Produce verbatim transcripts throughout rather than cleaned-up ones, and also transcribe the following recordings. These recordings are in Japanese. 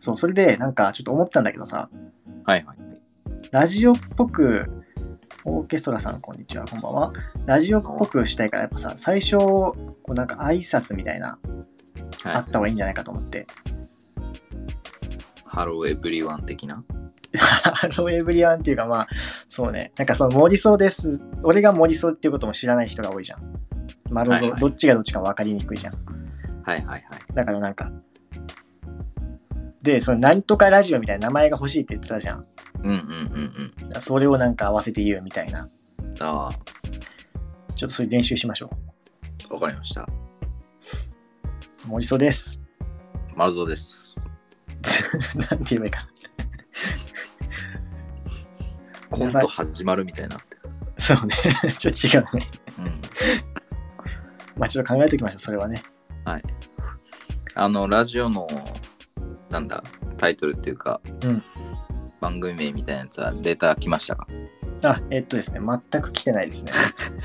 そう、それでなんかちょっと思ったんだけどさ、 はいはい。 ラジオっぽく、オーケストラさんこんにちは、こんばんは。ラジオっぽくしたいからやっぱさ、最初、こうなんか挨拶みたいな、 はい、 あった方がいいんじゃないかと思って。 ハローエブリワン的なハローエブリワンっていうかまあ、そうね。なんかその森荘です。俺が森荘っていうことも知らない人が多いじゃん。まあ、はいはい、どっちがどっちか分かりにくいじゃん。 はいはいはい。 だからなんか、で、そのなんとかラジオみたいな名前が欲しいって言ってたじゃん。 うんうんうんうん。それをなんか合わせて言うみたいな。 ああ。 ちょっとそれ練習しましょう。わかりました。 森荘です。 丸蔵です。 なんて言えばいいかな。 コント始まるみたいになってる。 そうね。ちょっと違うね。うん。まあちょっと考えておきましょう、それはね。 はい。あの、ラジオの、なんだ、タイトルっていうか、うん、番組名みたいなやつはレター来ましたか？ あ、えっとですね、全く来てないですね。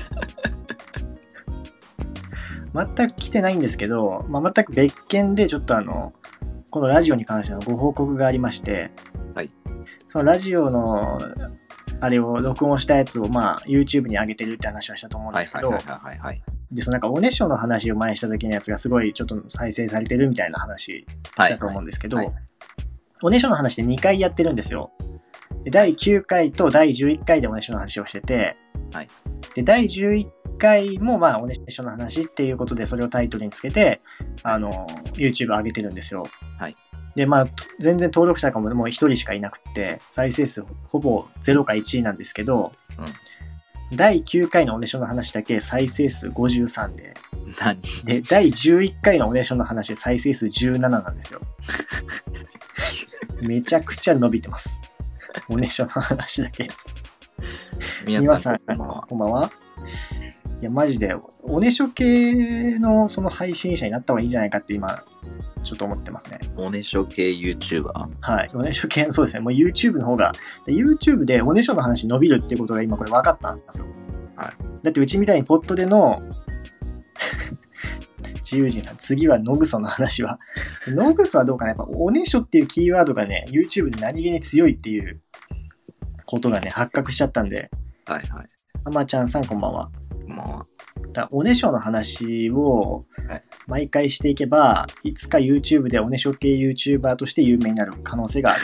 全く来てないんですけど、まあ、全く別件でちょっとあの、このラジオに関してのご報告がありまして、 はい。 そのラジオの、あれを録音したやつをまあ YouTube に上げてるって話はしたと思うんですけど、で、そのなんかおねしょの話を前した時のやつがすごいちょっと再生されてるみたいな話したと思うんですけど、はいはいはい、おねしょの話でにかいやってるんですよ。でだいきゅうかいとだいじゅういっかいでおねしょの話をしてて、はい、でだいじゅういっかいもまあおねしょの話っていうことでそれをタイトルにつけてあの YouTube 上げてるんですよ。はい、でまあ全然登録者がもうひとりしかいなくて再生数ほぼゼロかいちなんですけど、うん、だいきゅうかいのおねしょの話だけ再生数ごじゅうさんで、 何でだいじゅういっかいのおねしょの話で再生数じゅうなななんですよ。めちゃくちゃ伸びてます。おねしょの話だけ。皆さん、こんばんは。こんばんは。いや、マジで、おねしょ系のその配信者になった方がいいんじゃないかって今、ちょっと思ってますね。 おねしょ系 YouTuber？ はい。おねしょ系の、そうですね。もう YouTube の方が、YouTube でおねしょの話伸びるってことが今これ分かったんですよ。はい。だってうちみたいにポッドでの、自由人さん、次はノグソの話は。ノグソはどうかな、やっぱおねしょっていうキーワードがね、YouTube で何気に強いっていうことがね、発覚しちゃったんで。はいはい。あまちゃんさん、こんばんは。 こんばんは。 だおねしょの話を毎回していけば、はい、いつか YouTube でおねしょ系 YouTuber として有名になる可能性がある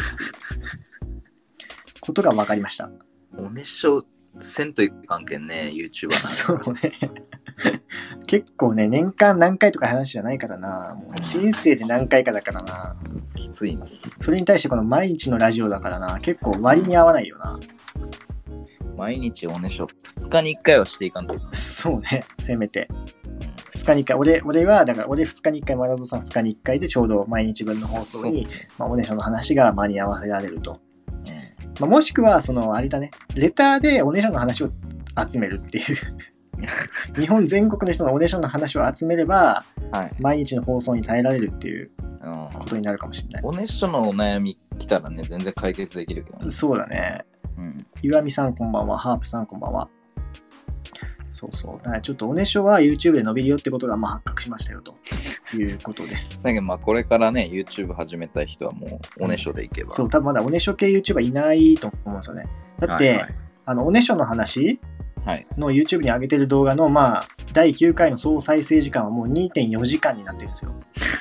ことが分かりました。 おねしょせんといかんけんね、YouTuber なんで。そうね。結構ね、年間何回とか話じゃないからな。もう人生で何回かだからな。 きついね。 それに対してこの毎日のラジオだからな。結構割に合わないよな。 毎日おねしょふつかにいっかいはしていかんといけない。 そうね、せめて。ふつかにいっかい。俺、俺は、だから俺ふつかにいっかい、マラゾさんふつかにいっかいでちょうど毎日分の放送に、まあ、おねしょの話が間に合わせられると。まあ、もしくは、その、あれだね、レターでおねしょの話を集めるっていう。日本全国の人のおねしょの話を集めれば、はい、毎日の放送に耐えられるっていうことになるかもしれない。 おねしょのお悩み来たらね、全然解決できるけどね。 そうだね。うん、岩見さんこんばんは、ハープさんこんばんは。そうそう。だからちょっとおねしょは YouTube で伸びるよってことがまあ発覚しましたよということです。 だけどまあこれからね、YouTube 始めたい人はもうおねしょでいけば。 うん、そう、多分まだおねしょ系 YouTuber いないと思うんですよね。だって、はいはい、あのおねしょの話の YouTube に上げてる動画のまあだいきゅうかいの総再生時間はもう にてんよじかんになってるんですよ。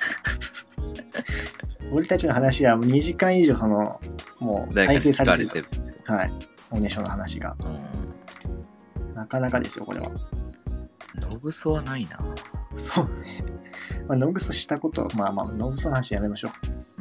俺たちの話はもうにじかん以上そのもう再生されてる。はい。おねしょの話が。うん、なかなかですよ、これは。 ノグソはないな。 そうね。まあ、ノグソしたこと、まあまあ、ノグソの話やめましょう。うん。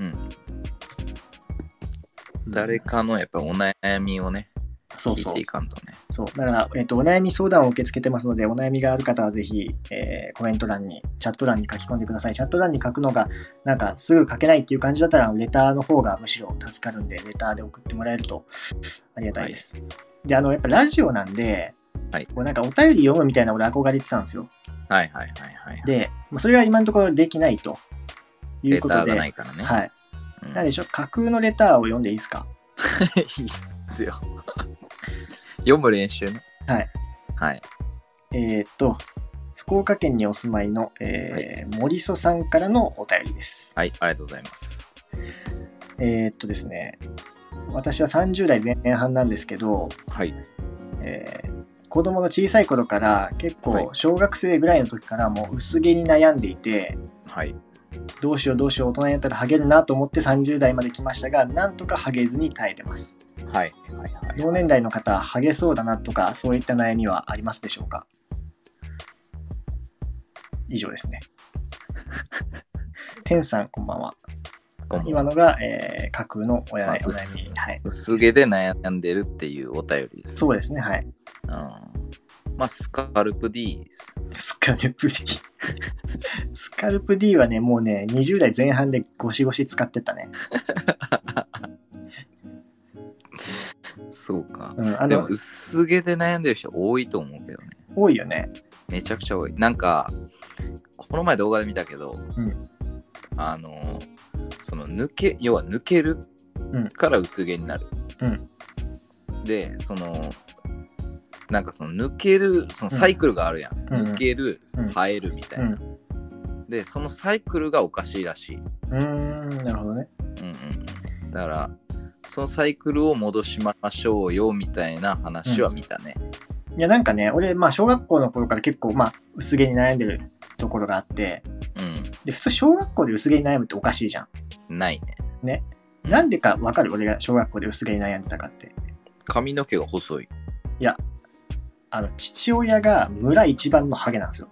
誰かのやっぱお悩みをね、 そうそう。 聞いていかんとね。 そう。だから、えっと、お悩み相談を受け付けてますので、お悩みがある方はぜひ、えー、コメント欄に、チャット欄に書き込んでください。チャット欄に書くのが、なんかすぐ書けないっていう感じだったら、レターの方がむしろ助かるんで、レターで送ってもらえるとありがたいです。はい、で、あの、やっぱラジオなんで、はい、こうなんかお便り読むみたいな俺憧れてたんですよ。 はいはいはいはい、はい。 で、それが今のところできないということで。 レターがないからね。 はい。うん、なんでしょう、架空のレターを読んでいいですか？ いいっすよ。読む練習ね。 はい。はい。えー、っと、福岡県にお住まいの、えーはい、森曽さんからのお便りです。 はい、ありがとうございます。 えー、っとですね、私はさんじゅう代前半なんですけど、 はい。 えー、子供の小さい頃から結構小学生ぐらいの時からもう薄毛に悩んでいて、 はい。 どうしようどうしよう大人になったらハゲるなと思ってさんじゅう代まで来ましたが、なんとかハゲずに耐えてます。 はい。はい。はい。 同年代の方、ハゲそうだなとかそういった悩みはありますでしょうか？以上ですね。天さんこんばんは。今のが、えー、架空のお悩み、はい、 薄毛で悩んでるっていうお便りです、ね。 そうですね、はい。 うん、まあスカルプ D です。 スカルプ D スカルプ D はね、もうねにじゅう代前半でゴシゴシ使ってたね。 そうか、うん、あのでも薄毛で悩んでる人多いと思うけどね。 多いよね。 めちゃくちゃ多い。なんかこの前動画で見たけど、うん、あのその抜け要は抜けるから薄毛になる、うん、でそのなんかその抜けるそのサイクルがあるやん、うん、抜ける、うん、生えるみたいな、うん、でそのサイクルがおかしいらしい。 うーん、なるほどね。 うんうん、だからそのサイクルを戻しましょうよみたいな話は見たね、 うん、いやなんかね俺まあ小学校の頃から結構まあ薄毛に悩んでるところがあって、うん、で普通小学校で薄毛に悩むっておかしいじゃん。 ないね。 ね、うん、なんでか分かる？俺が小学校で薄毛に悩んでたかって。 髪の毛が細い。 いやあの父親が村一番のハゲなんですよ。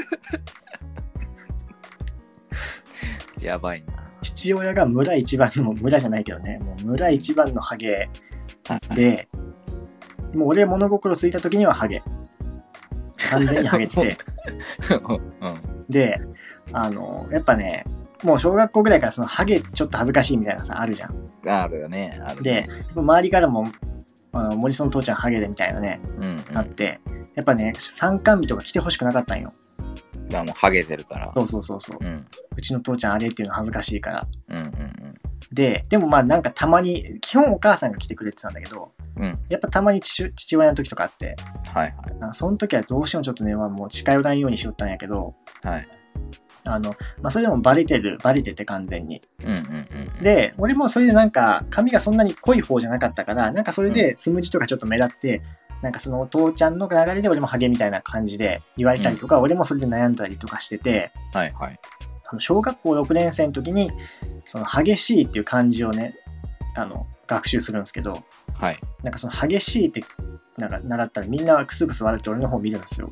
やばいな。 父親が村一番の村じゃないけどね、もう村一番のハゲで、もう俺物心ついた時にはハゲ。完全にハゲてて、うん、で、あのやっぱね、もう小学校ぐらいからそのハゲちょっと恥ずかしいみたいなさあるじゃん。 あるよね。あるね。 で、周りからもあの森その父ちゃんハゲでみたいなね、うんうん、あって、やっぱね参観日とか来てほしくなかったんよ。 まあもうハゲてるから。 そうそうそうそう、うん。うちの父ちゃんあれっていうの恥ずかしいから。 うんうんうん。 で、でもまあなんかたまに基本お母さんが来てくれてたんだけど、うん、やっぱたまに 父, 父親の時とかあって、 はいはい。 その時はどうしてもちょっとね、まあ、もう近寄らんようにしよったんやけど、はい。あの、まあそれでもバレてる、バレてて完全に。うんうんうん、で、俺もそれでなんか髪がそんなに濃い方じゃなかったから、なんかそれでつむじとかちょっと目立って、うん、なんかそのお父ちゃんの流れで俺もハゲみたいな感じで言われたりとか、うん、俺もそれで悩んだりとかしてて、 はいはい。 あの小学校ろくねん生の時に、その激しいっていう漢字をね、あの、学習するんですけど、 はい。 なんかその激しいってなんか習ったらみんなクスクス笑って俺の方見るんですよ。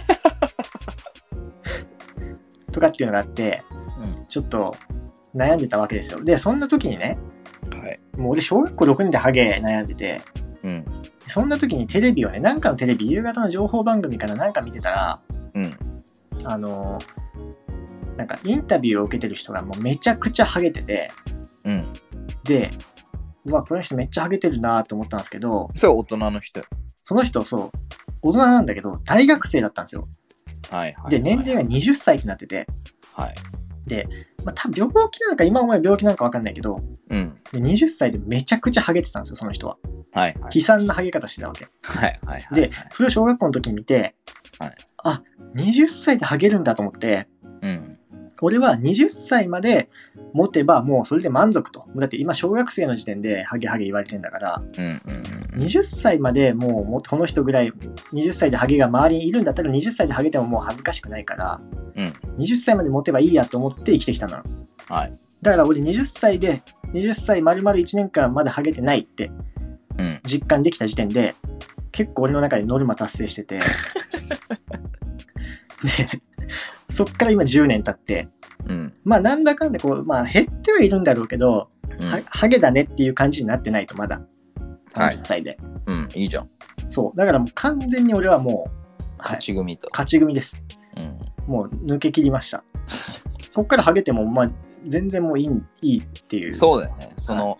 とかっていうのがあって、うん、ちょっと悩んでたわけですよ。で、そんな時にね、はい、もう俺小学校ろくねんでハゲ悩んでて、うん、そんな時にテレビをね、なんかのテレビ、夕方の情報番組からなんか見てたら、うん、あのなんかインタビューを受けてる人がもうめちゃくちゃハゲてて、うん、で、うわ、この人めっちゃハゲてるなと思ったんですけど、 それは大人の人。 その人、そう、大人なんだけど、大学生だったんですよ。はいはいはいはい、で、年齢がはたちってなってて、はい。で、まあ、多分病気なんか、今思えば病気なんか分かんないけど、うん。で、はたちでめちゃくちゃハゲてたんですよ、その人は。はい、はい。悲惨なハゲ方してたわけ。はいはいはい。で、それを小学校の時に見て、はい。あ、はたちでハゲるんだと思って、うん。俺ははたちまで持てばもうそれで満足と。だって今小学生の時点でハゲハゲ言われてんだから、うんうんうん、はたちまでもう、もうこの人ぐらいはたちでハゲが周りにいるんだったらはたちでハゲてももう恥ずかしくないから、うん、はたちまで持てばいいやと思って生きてきたの。はい。だから俺はたちで、はたち丸々いちねんかんまだハゲてないって実感できた時点で、結構俺の中でノルマ達成してて、で、そっから今じゅうねん経って、うん、まあなんだかんだこう、まあ減ってはいるんだろうけど、うん、はハゲだねっていう感じになってないとまださんじゅっさいで、 はい、うん、いいじゃん。 そうだからもう完全に俺はもう勝ち組と、 はい、勝ち組です、うん、もう抜け切りました。こっからハゲてもまあ全然もういい、いいっていう。 そうだよね。その、はい、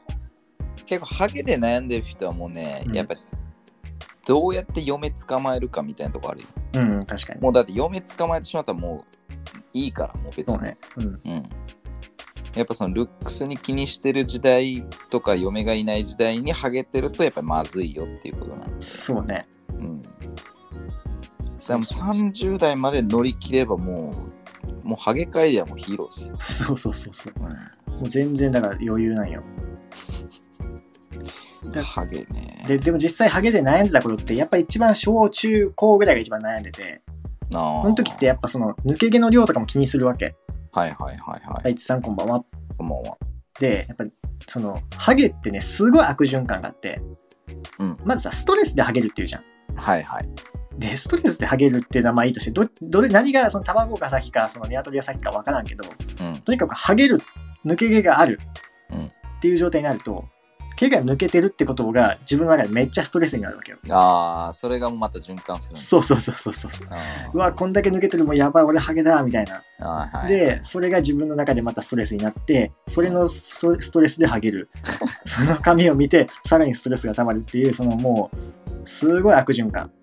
結構ハゲで悩んでる人はもうね、うん、やっぱりどうやって嫁捕まえるかみたいなとこあるよ。 うん、確かに。 もうだって嫁捕まえてしまったらもういいから、もう別に。そうね。うん。うん。やっぱそのルックスに気にしてる時代とか嫁がいない時代にハゲてるとやっぱりまずいよっていうことなんで。 そうね。うん。 でもさんじゅう代まで乗り切ればもう、もうハゲ界ではもうヒーローですよ。 そうそうそうそう。うん、もう全然だから余裕なんよ。 ハゲね。 で、でも実際ハゲで悩んでた頃って、やっぱ一番小中高ぐらいが一番悩んでて、 あその時ってやっぱその抜け毛の量とかも気にするわけ。 はいはいはいはい。 太一さんこんばんは。 こんばんは。 で、やっぱりそのハゲってね、すごい悪循環があって、うん、まずさ、ストレスでハゲるっていうじゃん。 はいはい。 で、ストレスでハゲるっていうのはまあいいとして、ど、どれ、何がその卵が先か、その鶏が先か分からんけど、うん、とにかくハゲる、抜け毛があるっていう状態になると、毛が抜けてるってことが自分の中でめっちゃストレスになるわけよ。 ああ、それがまた循環する。 そうそうそうそうそう。うわ、こんだけ抜けてる、もうやばい、俺ハゲだみたいな。あ、はい、で、それが自分の中でまたストレスになって、それのスト、ストレスでハゲる。その髪を見て、さらにストレスが溜まるっていう、そのもう、すごい悪循環。はい、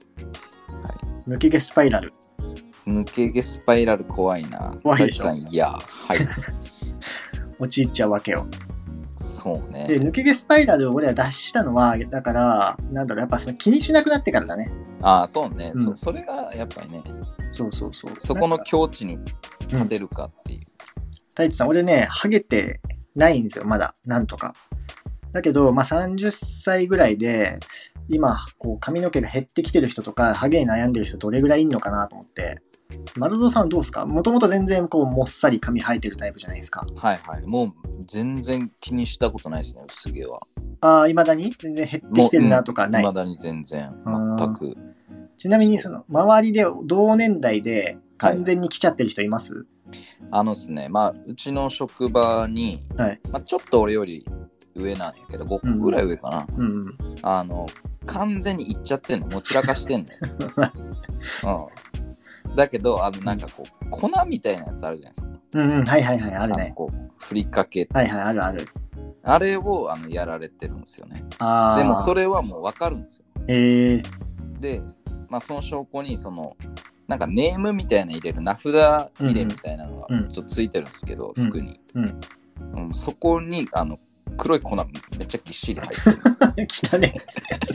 抜け毛スパイラル。 抜け毛スパイラル怖いな。 怖いでしょ。 いや、はい。 陥っちゃうわけよ。 そうね。 で、抜け毛スパイラルを俺ら脱したのは、だから、なんだろう、やっぱその気にしなくなってからだね。 ああ、そうね、うん、そ。それがやっぱりね、 そうそうそう。 そこの境地に立てるかっていう。うん、 太一さん、俺ね、ハゲてないんですよ、まだ、なんとか。だけど、まあ、さんじゅっさいぐらいで、今、こう、髪の毛が減ってきてる人とか、ハゲに悩んでる人どれぐらいいんのかなと思って。丸蔵さんはどうですか？もともと全然こうもっさり髪生えてるタイプじゃないですか。 はいはい。もう全然気にしたことないですね、薄毛は。 ああ、いまだに全然減ってきてるなとかない？ いまだに全然、全く。 ちなみにその周りで同年代で完全に来ちゃってる人います？はい、 あのですね、まあうちの職場に、はい、まあ、ちょっと俺より上なんやけどごこぐらい上かな、うんうん、あの完全にいっちゃってんの、もちらかしてんのよ。うんだけど、あの、なんかこう、粉みたいなやつあるじゃないですか。 うんうん、はいはいはい、あるね。 こう、ふりかけ。 はいはい、あるある。 あれを、あの、やられてるんですよね。あでも、それはもうわかるんですよ。へえ。で、まあ、その証拠に、その、なんかネームみたいな入れる、名札入れみたいなのがちょっとついてるんですけど、うん、服に、うんうん。そこに、あの、黒い粉めっちゃぎっしり入ってるんですよ。 汚ね。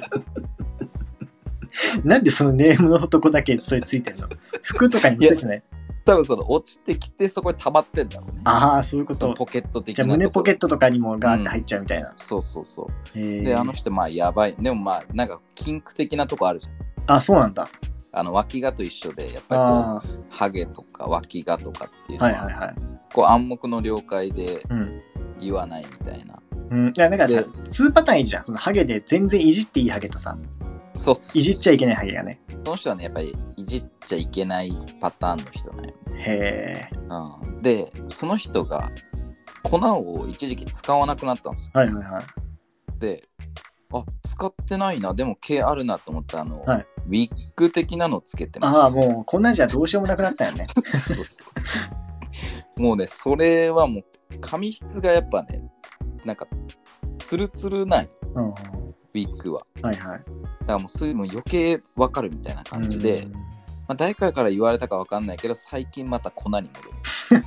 なんでそのネームのとこだけそれついてるの？服とかにもついてない？ 多分その落ちてきてそこに溜まってんだろうね。 ああ、そういうこと。 ポケット的な。 じゃあ胸ポケットとかにもガーって入っちゃうみたいな。うん、 そうそうそう。で、あの人まあやばい。でもまあなんかキンク的なとこあるじゃん。あ、そうなんだ。 あの脇がと一緒でやっぱりこうハゲとか脇がとかっていうのは、はいはいはい、こう暗黙の了解で言わないみたいな。 うん。いやだからさ、にパターンいいじゃん。そのハゲで全然いじっていいハゲとさ。そうそうそういじっちゃいけないハゲがね。 その人はねやっぱりいじっちゃいけないパターンの人ね。 へえ、 うん。でその人が粉を一時期使わなくなったんですよ。 はいはいはい。 で、あ使ってないなでも毛あるなと思ったあの、はい、ウィッグ的なのつけてました。 ああもうこんなんじゃどうしようもなくなったよね。そうそうもうねそれはもう髪質がやっぱねなんかツルツルない。うん、ウィッグは。はいはい。だからもうすぐも余計わかるみたいな感じで、まあ、誰かから言われたかわかんないけど最近また粉に戻る。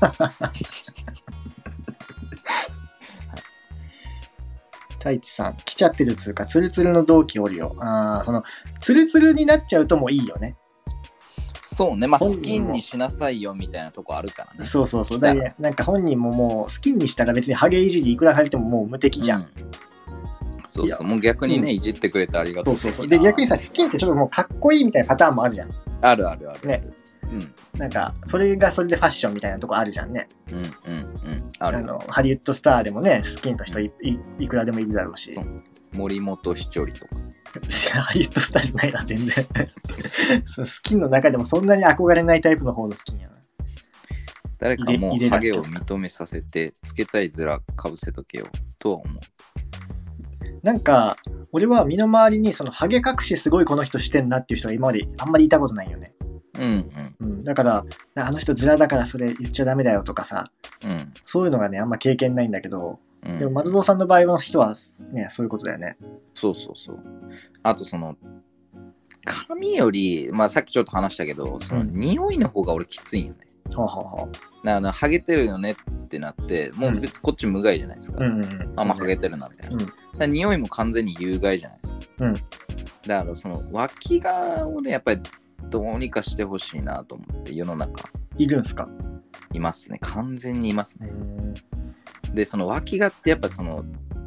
太一さん来ちゃってるっつうかツルツルの同期おるよ。ああそのツルツルになっちゃうともういいよね。 そうねまあスキンにしなさいよみたいなとこあるからね。 そうそうそうだからなんか本人ももうスキンにしたら別にハゲいじりいくらされてももう無敵じゃん。うんそうそうもう逆にねいじってくれてありがとう。 そうそうそうで逆にさスキンってちょっともうかっこいいみたいなパターンもあるじゃん。 あるあるあるね。うんなんかそれがそれでファッションみたいなとこあるじゃんね。 うんうんうんあるあのハリウッドスターでもねスキンの人 い, い, いくらでもいるだろうし。 森本ひちょりとか。 ハリウッドスターじゃないな全然。そのスキンの中でもそんなに憧れないタイプの方のスキンやな。 誰かもうハゲを認めさせてつけたいズラかぶせとけよとは思う。 なんか俺は身の回りにそのハゲ隠しすごいこの人してんなっていう人が今まであんまりいたことないよね。 うんうん、 うん、だからあの人ズラだからそれ言っちゃダメだよとかさ、うん、そういうのがねあんま経験ないんだけど、うん、でも松蔵さんの場合の人はねそういうことだよね。 そうそうそう。あとその髪よりまあさっきちょっと話したけどその匂いの方が俺きついんよね。はははななハゲてるよねってなってもう別にこっち無害じゃないですか、うんうんうん、あんまハゲてるなみたいな、うん、だ匂いも完全に有害じゃないですか、うん、だからその脇がをねやっぱりどうにかしてほしいなと思って世の中いるんすか？ いますね完全にいますね。でその脇がってやっぱその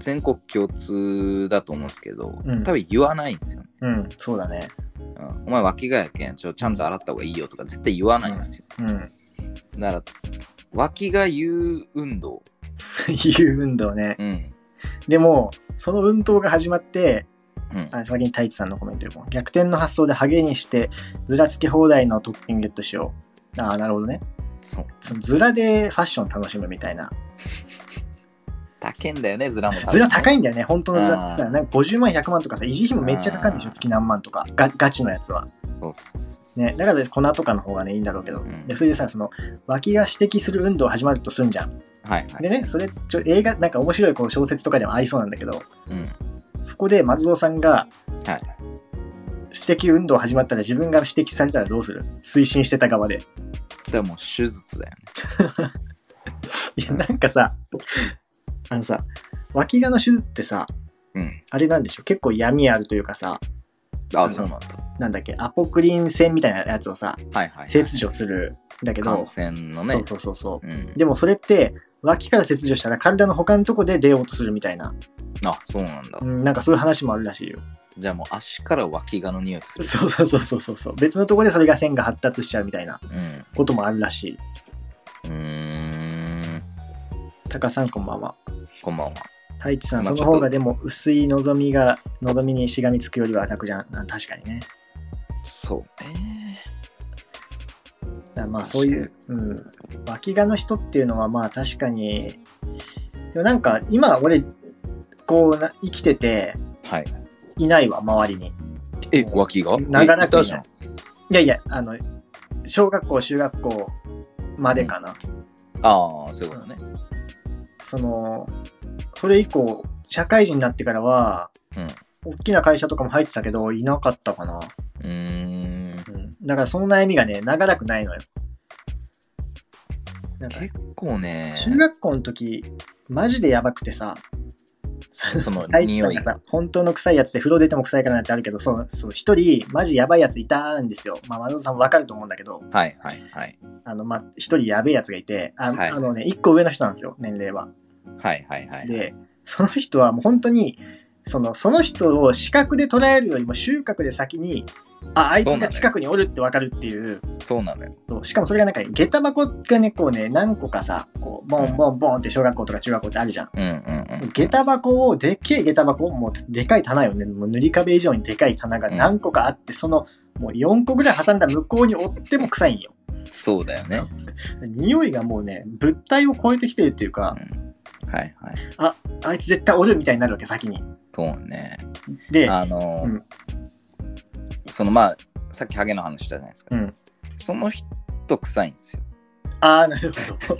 全国共通だと思うんですけど、 うん、 多分言わないんですよね。 うん、そうだね。 うん、お前脇がやけんちょちゃんと洗った方がいいよとか絶対言わないんですよ。 うん。うん、 だから脇が言う運動。 言う運動ね。 うん。 でもその運動が始まって。 うん、 あ、先に太一さんのコメントよ。逆転の発想でハゲにしてずらつき放題のトッピングゲットしよう。ああ、なるほどね。 そう。 そのズラでファッション楽しむみたいな。 高いんだよね、ズラも。 ズラ高いんだよね、本当のズラってさ、なんかごじゅうまんひゃくまんとかさ、維持費もめっちゃかかるんでしょ、月何万とか、ガガチのやつは。 そうそうそうね、だから粉とかの方がねいいんだろうけど、うん、でそれでさ、その脇が指摘する運動始まるとすんじゃん。 はいはい。 でね、それちょ映画なんか面白いこう小説とかでもありそうなんだけど、 うん、 そこで松尾さんが、 はい、 指摘運動始まったら自分が指摘されたらどうする？推進してた側で。 だからもう手術だよね。 いやなんかさ、あのさ、脇がの手術ってさ、 うん、 あれなんでしょ、結構闇あるというかさ、 あ、そうなんだ。 なんだっけ、アポクリン腺みたいなやつをさ、 はいはいはい、 切除するんだけど、 感染のね。 そうそうそうそう、うん、 ででもそれって脇から切除したら体の他のとこで出ようとするみたいな。 あ、そうなんだ。 うん、なんかそういう話もあるらしいよ。 じゃあもう足から脇がの匂いする。 そうそうそうそうそう。別のところでそれが線が発達しちゃうみたいなこともあるらしい。 うーん。 タカさんこんばんは。 こんばんは。 太一さん、その方がでも薄い望みが望みにしがみつくよりは楽じゃん。確かにね。 そうね。 だまあそういう、うん、脇がの人っていうのはまあ確かに、でもなんか今俺こうな生きてて、 はい。 いないわ周りに。 え、脇が？ 長らくいない。いやいや、あの小学校中学校までかな。 うん、ああ、そういうことね。 そのそれ以降社会人になってからは、うん、大きな会社とかも入ってたけどいなかったかな。 うーん、 うん、だからその悩みがね長らくないのよ。 なんか結構ね。 中学校の時マジでやばくてさ。 その太一さんがさ、本当の臭いやつで風呂出ても臭いからなんてあるけど、そうそう一人マジやばいやついたんですよ。まあ松尾さんも分かると思うんだけど、 はいはいはい。 あのまあ一人やべえやつがいて、あ、 はい、 あのね一個上の人なんですよ年齢は。 はいはいはい。 でその人はもう本当にそのその人を視覚で捉えるよりも収穫で先に。あ、あいつが近くにおるって分かるっていう。 そうなのよ。 そうしかもそれがなんか下駄箱がねこうね何個かさこうボンボンボンって小学校とか中学校ってあるじゃん。 うんうんうん、 その下駄箱をでっけえ下駄箱もうでかい棚よね、もう塗り壁以上にでかい棚が何個かあって、うん、そのもうよんこぐらい挟んだ向こうに追っても臭いんよ。 そうだよね。 匂いがもうね物体を超えてきてるっていうか、 うん、はいはい。 ああいつ絶対おるみたいになるわけ先に。 そうね。 であのーうん、そのまあさっきハゲの話したじゃないですか、うん、その人臭いんですよ。 ああなるほ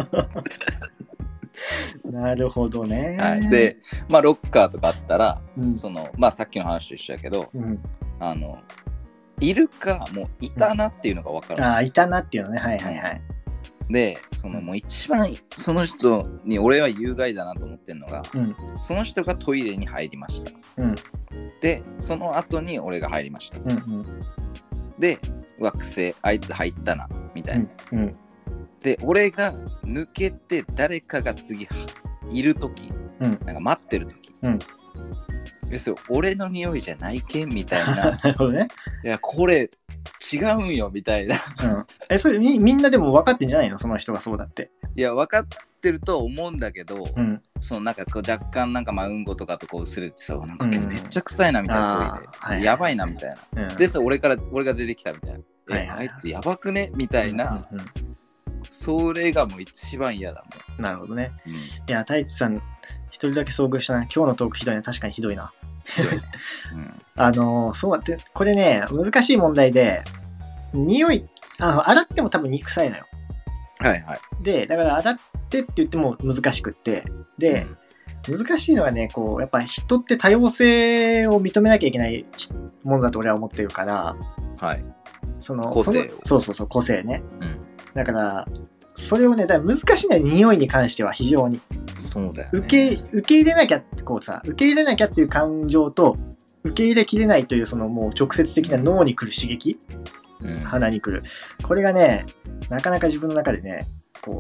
どなるほどね、 はい、でまあロッカーとかあったら、うん、そのまあさっきの話と一緒やけど、うん、あのいるかもういたなっていうのが分かる、 うん、ああいたなっていうのね、はいはいはい。 でそのもう一番その人に俺は有害だなと思ってるのが、うん、その人がトイレに入りました、うん、でその後に俺が入りました、うんうん、で惑星あいつ入ったなみたいな、うんうん、で俺が抜けて誰かが次いるとき、うん、なんか待ってるとき、うん、要するに俺の匂いじゃないけんみたいななるほどね。 いやこれ違うんよみたいな、 うん、えそれ み, みんなでも分かってんじゃないのその人がそうだって。 いや分かってると思うんだけど、うん、そのなんかこう若干なんかまあうんことかとこう薄れてさなんかめっちゃ臭いなみたいなトイレ、うん、やばいなみたいな、うん、でそ俺から俺が出てきたみたいな、はいはい、えあいつやばくねみたいな、うんうん、それがもう一番嫌だもん。 なるほどね、うん、いや太一さん一人だけ遭遇したな。今日のトークひどいな。確かにひどいな。ひどいね、うん、あのそうでこれね難しい問題で匂いあの洗っても多分肉臭いのよ。 はいはい。 でだから洗ってって言っても難しくってで、うん、難しいのはねこうやっぱ人って多様性を認めなきゃいけないものだと俺は思ってるから、 はい、 その個性そそうそうそう個性ね、うん、だからそれをねだから難しいのは匂いに関しては非常にそうだよ、ね、 受け受け入れなきゃってこうさ受け入れなきゃっていう感情と受け入れきれないというそのもう直接的な脳に来る刺激、うん、鼻に来るこれがねなかなか自分の中でねこう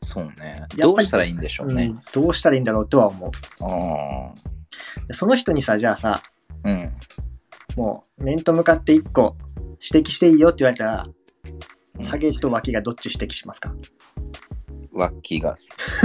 そうね。どうしたらいいんでしょうね。 うん、どうしたらいいんだろうとは思う。 あその人にさ、じゃあさ、 うん、 もう面と向かって一個指摘していいよって言われたら、うん、ハゲと脇がどっち指摘しますか？ 脇が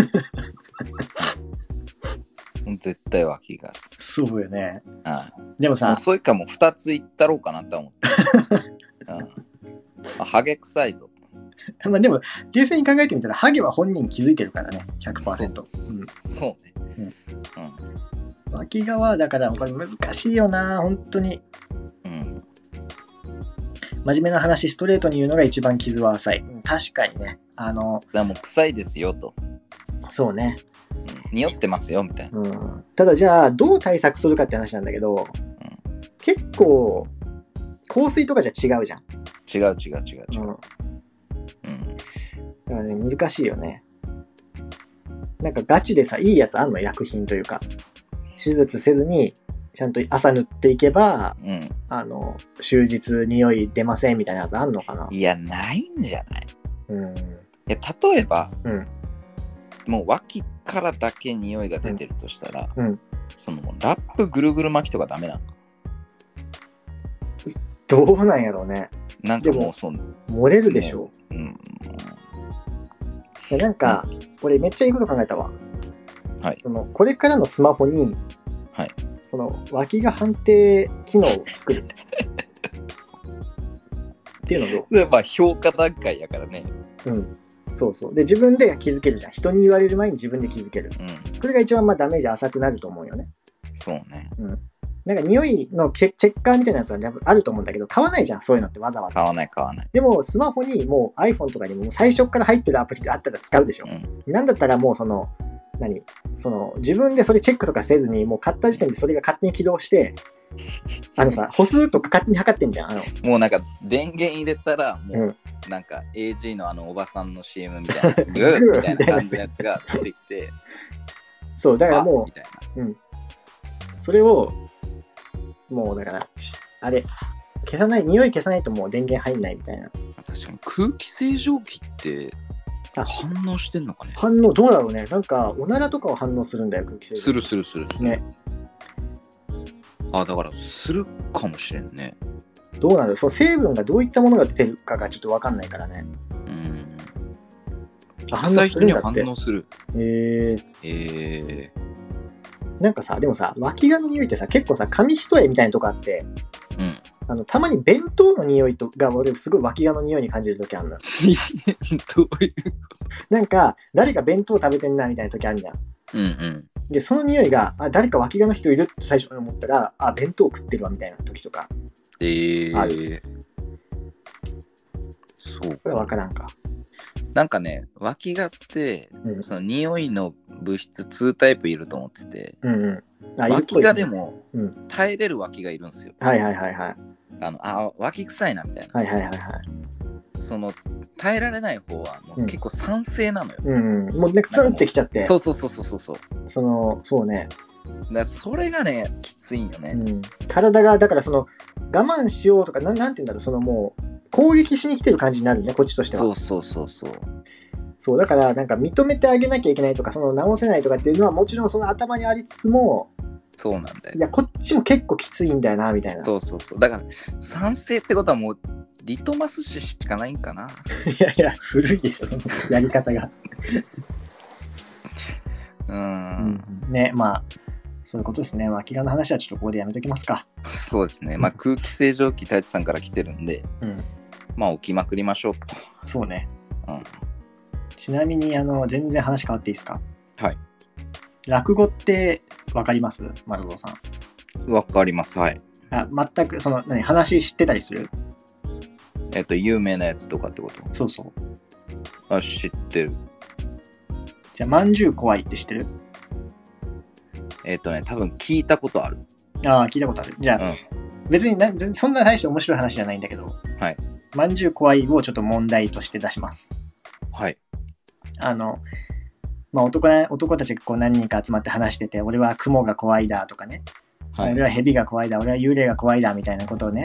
絶対脇がそうよね。 ああでもさ、 もうそれかもうふたついったろうかなと思ってああハゲ臭いぞまあでも冷静に考えてみたらハゲは本人気づいてるからね ひゃくパーセント。 そうそうそう、うん、そうね、 うん、脇側だからこれ難しいよな本当に、うん、真面目な話ストレートに言うのが一番傷は浅い。確かにね、あのだからもう臭いですよと。 そうね、 うん、匂ってますよみたいな、 うん、ただじゃあどう対策するかって話なんだけど、うん、結構香水とかじゃ違うじゃん。 違う違う違う違う、うんうん、だからね難しいよね。なんかガチでさいいやつあんの？薬品というか手術せずにちゃんと朝塗っていけば、うん、あの終日匂い出ませんみたいなやつあんのかな？ いやないんじゃない？うん、いや例えば、うん、もう脇からだけ匂いが出てるとしたら、うん、そのラップぐるぐる巻きとかダメなのか？ どうなんやろうね。 なんかもうそう漏れるでしょう。うん、いやなんか、うん、俺めっちゃいいこと考えたわ。はい。そのこれからのスマホに、はい、その脇が判定機能を作るっていうのを。 それはまあ評価段階やからね。 うん。そうそう。で自分で気づけるじゃん。人に言われる前に自分で気づける。うん。これが一番まあダメージ浅くなると思うよね。 そうね。 うん。なんか匂いのチェッカーみたいなやつはあると思うんだけど買わないじゃんそういうのってわざわざ。 買わない買わない。 でもスマホにもう iPhone とかにも最初から入ってるアプリがあったら使うでしょ。うん、なんだったらもうその何その自分でそれチェックとかせずにもう買った時点でそれが勝手に起動してあのさ歩数とか勝手に測ってんじゃん。あのもうなんか電源入れたらもう、うん、なんか エージー のあのおばさんの シーエム みたいなグーみたいな感じのやつが出てきてそうだからもうみたいな、うん、それをもうだからあれ消さない匂い消さないともう電源入んないみたいな。 確かに空気清浄機って反応してんのかね。 反応どうだろうね。なんかおならとかは反応するんだよ空気清浄機。 するするするするね。あだからするかもしれんね。 どうなる？そう成分がどういったものが出てるかがちょっと分かんないからね。うん。 反応するんだって。反応する。 へえー。 えー。 なんかさでもさ脇がの匂いってさ結構さ紙一重みたいなとこあって、うん、あのたまに弁当の匂いとが俺すごい脇がの匂いに感じる時あるの。どういうこと？ なんか誰か弁当食べてんなみたいな時あるじゃん。うんうん、でその匂いがあ誰か脇がの人いるって最初に思ったらあ弁当食ってるわみたいな時とかある。えー、そうこれは分からんか。 なんかね脇がって、うん、その匂いの物質にタイプいると思ってて、うんうん、あ脇がでも、うん、耐えれる脇がいるんですよ。 はいはいはいはい。 あのあ脇臭いなみたいな。 はいはいはいはい。 その耐えられない方はもう結構酸性なのよ。 うんうん、もうねツンってきちゃって。 そうそうそうそうそう。 そのそうね。 だからそれがねきついんよね、うん。 体がだからその我慢しようとかな ん, なんて言うんだろうそのもう攻撃しに来てる感じになるねこっちとしては。 そうそうそうそう。 そうだからなんか認めてあげなきゃいけないとかその直せないとかっていうのはもちろんその頭にありつつもそうなんだよ。 いやこっちも結構きついんだよなみたいな。 そうそうそうだから酸性ってことはもうリトマス紙しかないんかな。 いやいや古いでしょそのやり方がうーん、うん、ねまあそういうことですね。脇がの話はちょっとここでやめときますか。 そうですね。まあ空気清浄機太一さんから来てるんで、うん、まあ置きまくりましょうと。 そうね。うん。ちなみにあの全然話変わっていいですか？はい。落語ってわかります？丸蔵さん。わかります。はい。 あ全くその何話知ってたりする？ えっと有名なやつとかってこと？ そうそう。 あ知ってる。 じゃあまんじゅう怖いって知ってる？ えっとね多分聞いたことある。 ああ聞いたことある。じゃあ、うん、別になそんな大して面白い話じゃないんだけど、はい。まんじゅう怖いをちょっと問題として出します。はい。あの、まあ、男, 男たちがこう何人か集まって話してて、俺は雲が怖いだとかね、はい、俺は蛇が怖いだ、俺は幽霊が怖いだみたいなことをね、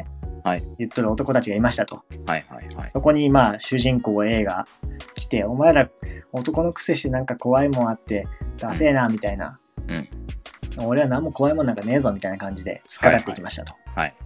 言っとる男たちがいましたと。 はいはいはい。 そこにまあ主人公 A が来て、お前ら男のくせしてなんか怖いもんあってダセえなみたいな、うん、俺は何も怖いもんなんかねえぞみたいな感じで突っかかっていきましたと。 はいはいはい、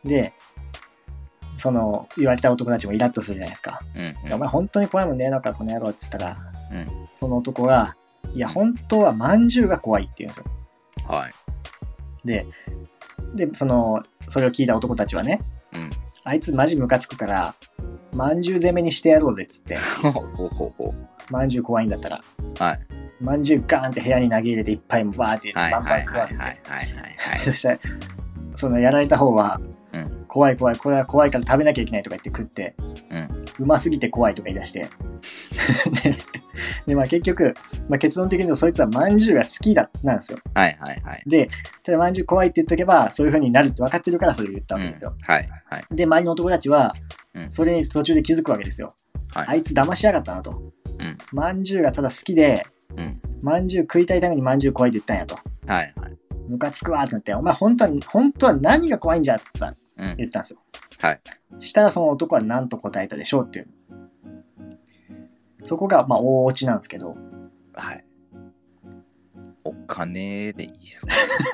でその言われた男たちもイラッとするじゃないですか。うんうん、お前本当に怖いもんねえのかこの野郎っつったら、うん、その男がいや本当はまんじゅうが怖いって言うんですよ。 はい。 ででそのそれを聞いた男たちはね、うん、あいつマジムカつくからまんじゅう攻めにしてやろうぜっつってまんじゅう怖いんだったら、はい、まんじゅうガーンって部屋に投げ入れていっぱいバーってバンバン食わせて、そしたらそのやられた方は、うん、怖い怖いこれは怖いから食べなきゃいけないとか言って食って、うん、うますぎて怖いとか言い出してで, で、まあ、結局、まあ、結論的にそいつはまんじゅうが好きだなんですよ。 はいはいはい。 で、ただまんじゅう怖いって言っとけばそういう風になるって分かってるからそれを言ったわけですよ。うん、はいはい。で、周りの男たちはそれに途中で気づくわけですよ。はい、あいつ騙しやがったなと。うん、まんじゅうがただ好きで、うん、まんじゅう食いたいためにまんじゅう怖いって言ったんやと。はいはい。ムカつくわってなって、お前本当は本当は何が怖いんじゃっつった、うん、言ったんですよ。はい。したらその男は何と答えたでしょうっていう。そこがまあ大落ちなんですけど。 はい。お金でいいっすか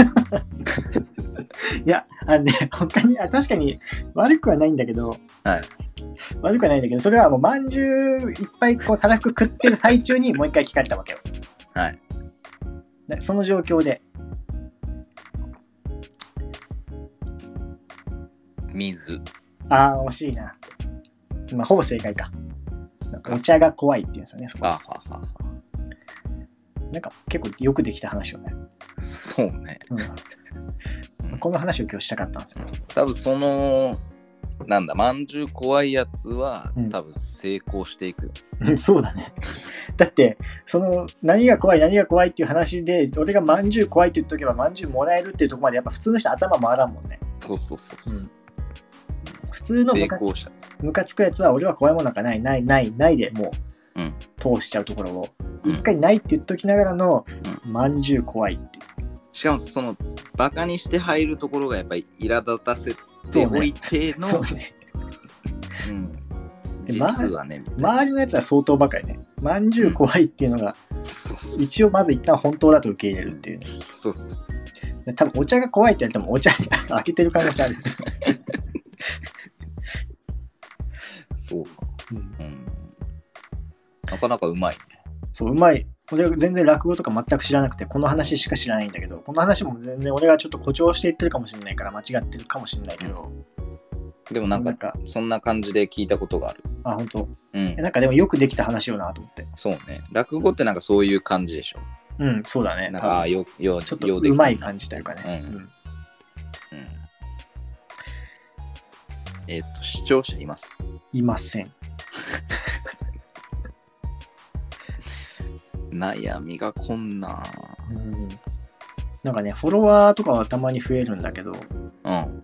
いや、あのね、他に、あ、確かに悪くはないんだけど、はい。悪くはないんだけど、それはもうまんじゅういっぱいこうたらふく食ってる最中にもう一回聞かれたわけよ。はい。でその状況で。 水。 ああ、惜しいな。まあ、ほぼ正解か。お茶が怖いっていうんですよね、そこ。あははは。なんか結構よくできた話をね。 そうね。 うん、この話を今日したかったんですよ。 多分その、なんだ、まんじゅう怖いやつは、うん、多分成功していく。 そうだね。だって、その、何が怖い、何が怖いっていう話で、俺がまんじゅう怖いって言っとけば、まんじゅうもらえるっていうところまで、やっぱ普通の人頭回らんもんね。 そうそうそうそう。うん普通のムカつムカつくやつは俺は怖いものなんかないないないないでもう、うん、通しちゃうところを一、うん、回ないって言っときながらの、うん、まんじゅう怖いってしかもそのバカにして入るところがやっぱり苛立たせておいてのそうね、そうねうん、 で実はね周りのやつは相当バカやねまんじゅう怖いっていうのが、うん、そうそう一応まず一旦本当だと受け入れるっていうね、うん、そうそうそう多分お茶が怖いって言われてもお茶開けてる可能性あるそうか、うんうん、なかなかうまいね。 そううまい。俺は全然落語とか全く知らなくてこの話しか知らないんだけどこの話も全然俺がちょっと誇張していってるかもしれないから間違ってるかもしれないけど、 うん、でもなんか、なんかそんな感じで聞いたことがある。 あ本当。うん。なんかでもよくできた話よなと思って。 そうね。落語ってなんかそういう感じでしょ。 うんそうだね。 なんかあよよちょっとうまい感じというかね。うん。うんうんえっ、ー、と視聴者いますか？ いません。 悩みがこんな、うん、 なんかねフォロワーとかはたまに増えるんだけど、うん、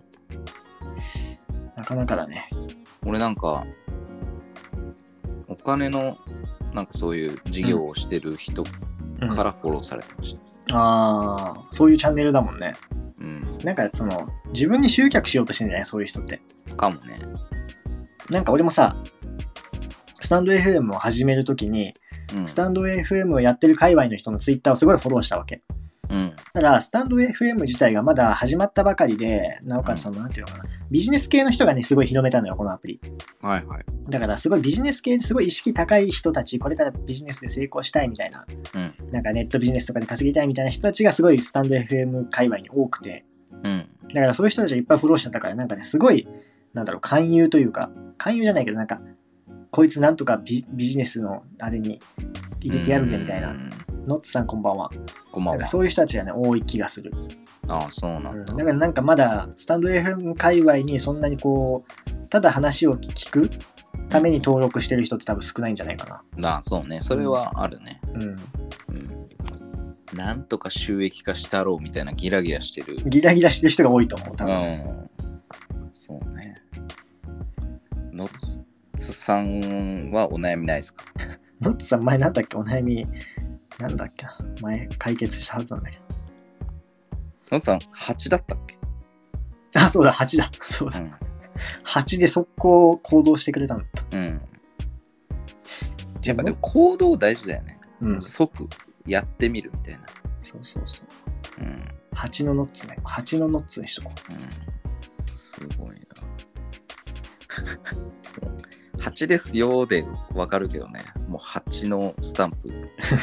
なかなかだね。 俺なんかお金のなんかそういう事業をしてる人からフォローされてました、 うんうん、ああそういうチャンネルだもんね。うん、なんかその自分に集客しようとしてんじゃないそういう人ってかもね。 なんか俺もさスタンド エフエム を始めるときに、うん、スタンド エフエム をやってる界隈の人のツイッターをすごいフォローしたわけ、うん、ただスタンド エフエム 自体がまだ始まったばかりでなおかつその、うん、なんていうのかなビジネス系の人がねすごい広めたのよこのアプリ。はいはい。だからすごいビジネス系ですごい意識高い人たちこれからビジネスで成功したいみたいな、うん、なんかネットビジネスとかで稼ぎたいみたいな人たちがすごいスタンド エフエム 界隈に多くて、うん、だからそういう人たちがいっぱいフォローしちゃったからなんかねすごいなんだろう勧誘というか勧誘じゃないけどなんかこいつなんとか ビ, ビジネスのあれに入れてやるぜみたいな。ノッツさんこんばんは。こんばんは。そういう人たちがね多い気がする。 ああそうなんだ、うん。だからなんかまだスタンド エフエム 界隈にそんなにこうただ話を聞くために登録してる人って多分少ないんじゃないかな。 うん、ああそうねそれはあるね。うん。うん、なんとか収益化したろうみたいなギラギラしてる。 ギラギラしてる人が多いと思う多分。うん。 そうね。ノッツさんはお悩みないですか？ ノッツさん前なんだっけお悩みなんだっけ前解決したはずなんだけど。 ノッツさんはちだったっけ？ あ、そうだ、はちだ。そうだ。うん、はちで速攻行動してくれたんだった。うん。 やっぱでも行動大事だよね。うん。即やってみるみたいな。 そうそうそう。うん。はちのノッツね。はちのノッツにしとこう。うん。 すごいな。はちですよでわかるけどね。もうはちのスタンプ。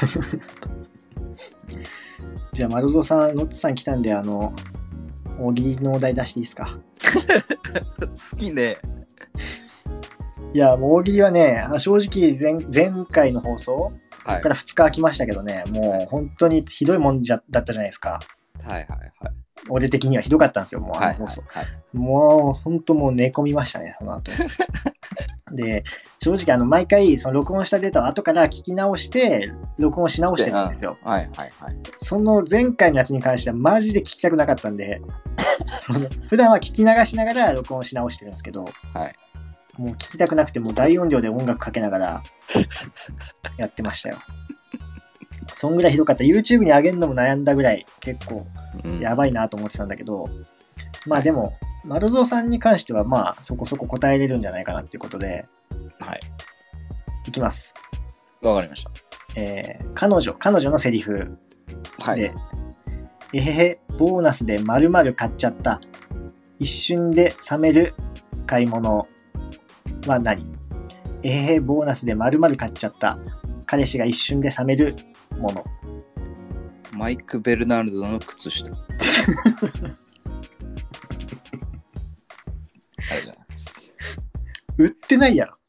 じゃあ、丸蔵さん、ノッツさん来たんで、あの、大喜利のお題出していいですか？ 好きね。 いや、もう大喜利はね、正直前、前回の放送、はい、からふつか空きましたけどね、もう本当にひどいもんじゃだったじゃないですか。 はいはいはい。 俺的にはひどかったんですよ、もうあの放送。はいはいはい、もう本当もう寝込みましたね、その後。で、正直あの毎回その録音したデータを後から聞き直して、録音し直してるんですよ。 はいはいはい。 その前回のやつに関してはマジで聞きたくなかったんで、その普段は聞き流しながら録音し直してるんですけど、はい、もう聞きたくなくてもう大音量で音楽かけながらやってましたよ。そんぐらいひどかった。YouTube に上げるのも悩んだぐらい結構やばいなと思ってたんだけど、うん、まあでも、丸蔵さんに関してはまあそこそこ答えれるんじゃないかなっていうことで、はい。いきます。 わかりました。 えー、彼女、彼女のセリフで、はい、えへへ、ボーナスで〇〇買っちゃった。一瞬で冷める買い物は何？えへへ、ボーナスで〇〇買っちゃった。彼氏が一瞬で冷めるもの。 マイク・ベルナルドの靴下。ありがとうございます。 売ってないやろ。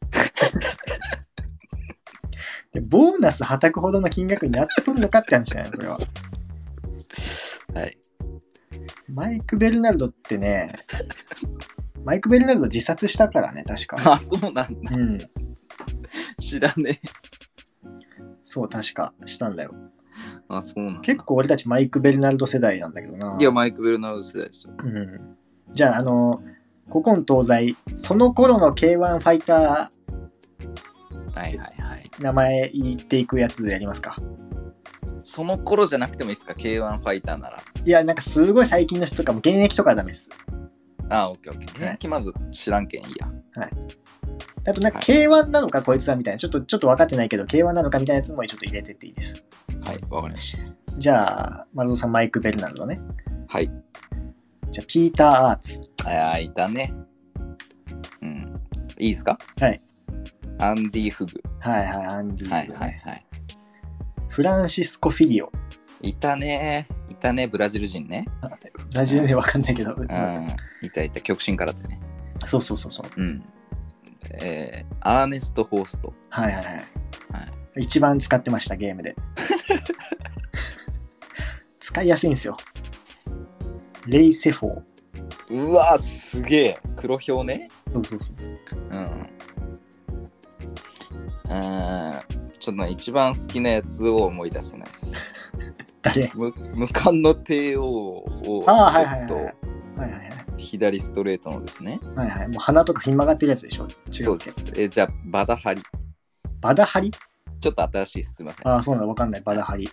ボーナスはたくほどの金額になっとるのかって話じゃないの、それは。はい。マイク・ベルナルドってね、マイク・ベルナルド自殺したからね、確か。 あ、そうなんだ。うん。知らねえ。 そう、確かしたんだよ。 あ、そうなんだ。 結構俺たちマイク・ベルナルド世代なんだけどな。 いや、マイク・ベルナルド世代ですよ。 うん。じゃあ、あの、古今東西、その頃の ケーワン ファイター、はいはいはい。名前言っていくやつでやりますか。 その頃じゃなくてもいいですか、ケーワン ファイターなら。 いや、なんかすごい最近の人とかも現役とかはダメです。 あ、オッケーオッケー。現役まず知らんけんいいや。はい。 あとなんか ケーワン なのかこいつはみたいな、ちょっとちょっと分かってないけど ケーワン なのかみたいなやつもちょっと入れてっていいです。 はい、わかりました。 じゃあ、丸尾さんマイク・ベルナルドね。 はい。 じゃあ、ピーター・アーツ。 ああ、いたね。うん。いいですか？ はい。 アンディ・フグ。 はいはい、アンディ・フグ、ね。 はいはいはい。 フランシスコ・フィリオ。 いたね。いたね、ブラジル人ね。 ブラジルで分かんないけど。うん、 いたいた、極真からってね。 そうそうそうそう。 うん。えー、アーネスト・ホースト。 はいはいはい。はい、一番使ってました、ゲームで。使いやすいんですよ。レイ・セフォー。うわ、すげえ。黒豹ね。 そうそうそうそう。うん。 あちょっと一番好きなやつを思い出せないです。 誰？ 無冠の帝王をちょっと、はいはいはい、左ストレートのですね。 はいはい。もう鼻とかひん曲がってるやつでしょ。 そうです。えじゃあバダハリ。 バダハリ？ ちょっと新しい、すみません。 ああ、そうなの、わかんない。バダハリ。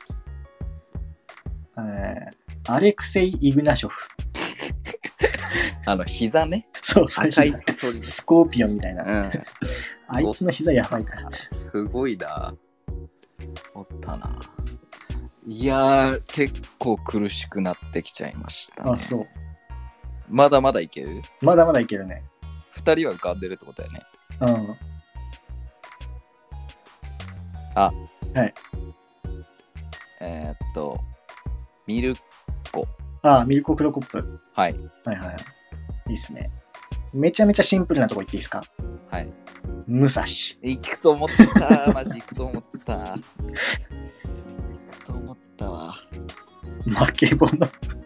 えー、アレクセイ・イグナショフ。 あの膝ね。 そうそう。赤いサソリ。スコーピオンみたいな。うん、あいつの膝やばいから。 すごいな。おったな。いやー、結構苦しくなってきちゃいましたね。 あ、そう。 まだまだいける？ まだまだいけるね。 二人は浮かんでるってことだよね。 うん。 あ、 はい。 えー、っと、ミルコ。 ああ、ミルコ・クロコップ。 はい。 はいはい。いいっすね。めちゃめちゃシンプルなとこ言っていいですか？ はい。 武蔵。 行くと思ったマジ行くと思った行くと思ったわ。 負け者。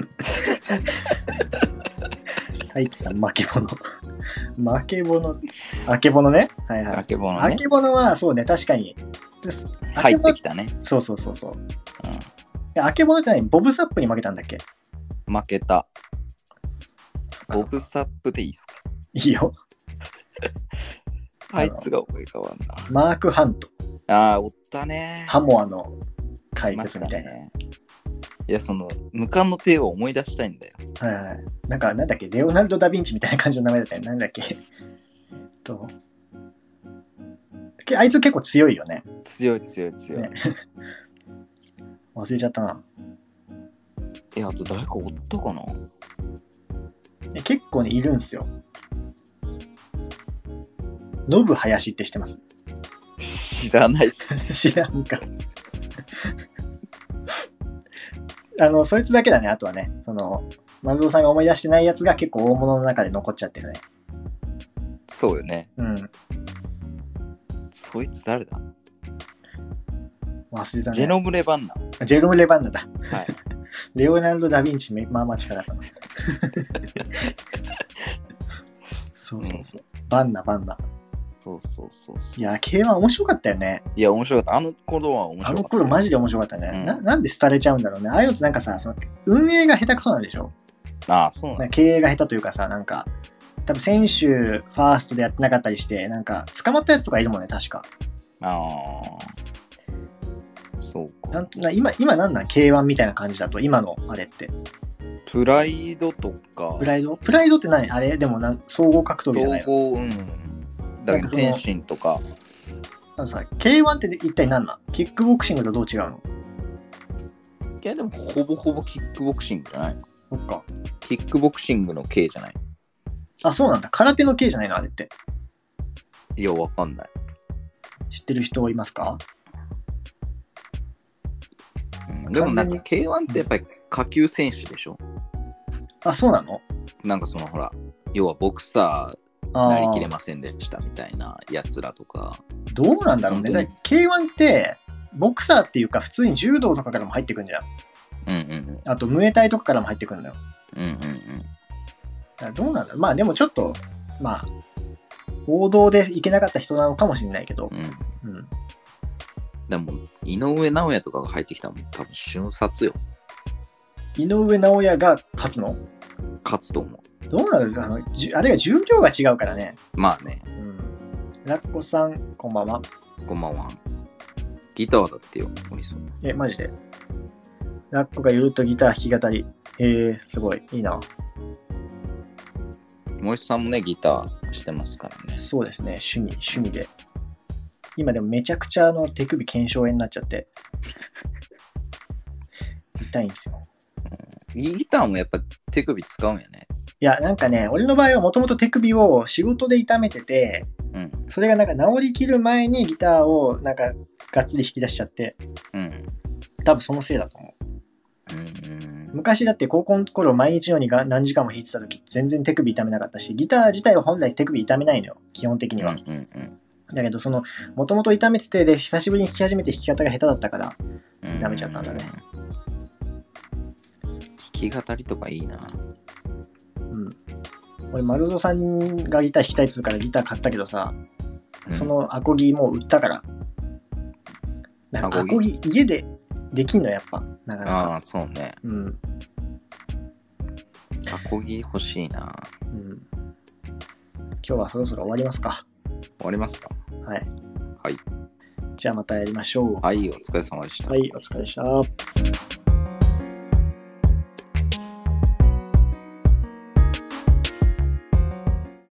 太一さん負け者。負け者。あけぼのね。はいはい。 あけぼのね。 あけぼのはそうね、確かに。 入ってきたね。 そうそうそうそう。うん、あけぼのって何？ボブサップに負けたんだっけ？ 負けた。ボブサップでいいっすか？ いいよ。 あいつが思い浮かばんな。 マーク・ハント。 ああ、おったね。 ハモアの怪物みたいな。ね、 いや、その、無冠の帝を思い出したいんだよ。 はいはい。なんか、なんだっけ、レオナルド・ダ・ヴィンチみたいな感じの名前だったよ。なんだっけ。えっと、あいつ結構強いよね。 強い強い強い。ね、 忘れちゃったな。 え、あと誰かおったかな。 結構ね、いるんすよ。ノブ林って知ってます？ 知らないっす。 知らんか。あの、そいつだけだね、あとはね。その、丸尾さんが思い出してないやつが結構大物の中で残っちゃってるね。 そうよね。 うん。 そいつ誰だ？ 忘れたね。 ジェノム・レバンナ。 ジェノム・レバンナだ。 はい。 レオナルド・ダ・ヴィンチ、まあまあ近かったな。そうそうそう。うん、バンナ、バンナ。 そうそうそうそう。 いや、ケーワン面白かったよね。 いや、面白かった。あの頃は面白かった。 あの頃マジで面白かったね。うん、な, なんで廃れちゃうんだろうね。ああいうのってなんかさ、その運営が下手くそなんでしょ？ ああ、そうなんだ。 経営が下手というかさ、なんか、多分選手ファーストでやってなかったりして、なんか捕まったやつとかいるもんね、確か。 ああ。そうか。 なんな今、今なんなん ケーワン みたいな感じだと、今のあれって。 プライドとか。 プライドプライドって何あれでもなん総合格闘技じゃないの？ 総合、うん。だから天心とか。 あのさ、ケーワン って一体何なん？キックボクシングとどう違うの？ いやでもほぼほぼキックボクシングじゃないの？ そっか。 キックボクシングの K じゃない？ あ、そうなんだ。空手の K じゃないのあれって。 いや、わかんない。 知ってる人いますか？ うん、でもなんか ケーワン ってやっぱり下級選手でしょ？ あ、そうなの？ なんかそのほら、要はボクサーなりきれませんでしたみたいなやつらとか。 どうなんだろうね。だ ケーワン ってボクサーっていうか普通に柔道とかからも入ってくるんじゃん。 うんうんうん。 あとムエタイとかからも入ってくるんだよ。 うんうんうん。 だからどうなんだろう。まあでもちょっとまあ王道でいけなかった人なのかもしれないけど。うん。うん、 でも井上尚弥とかが入ってきたらもん多分瞬殺よ。 井上尚弥が勝つの？ 勝つと思う。 どうなる？あのあれが重量が違うからね。 まあね。 うん。ラッコさんこんばんは。 こんばんは。ギターだってよ、森さん。 え、マジで。ラッコがゆるっとギター弾き語り。えー、すごい、いいな。 森さんもね、ギターしてますからね。 そうですね、趣味、趣味で。今でもめちゃくちゃあの手首腱鞘炎になっちゃって。痛いんですよ、 うん。ギターもやっぱ手首使うんやね。 いや、なんかね、俺の場合はもともと手首を仕事で痛めてて、うん、それがなんか治りきる前にギターをなんかがっつり引き出しちゃって、うん、多分そのせいだと思う。うんうん、昔だって高校の頃毎日のようにが何時間も弾いてた時全然手首痛めなかったし、ギター自体は本来手首痛めないのよ、基本的には。うんうんうん、だけどそのもともと痛めててで久しぶりに弾き始めて弾き方が下手だったから痛めちゃったんだね。 弾き語りとかいいな。 うん。俺丸蔵さんがギター弾きたいっつうからギター買ったけどさ、うん、そのアコギもう売ったから。なんかアコギ家でできんのやっぱなかなか。 ああそうね。うん。アコギ欲しいな。うん。 今日はそろそろ終わりますか。 終わりますか。 はい。 はい。 じゃあまたやりましょう。 はい、お疲れ様でした。 はい、お疲れでした。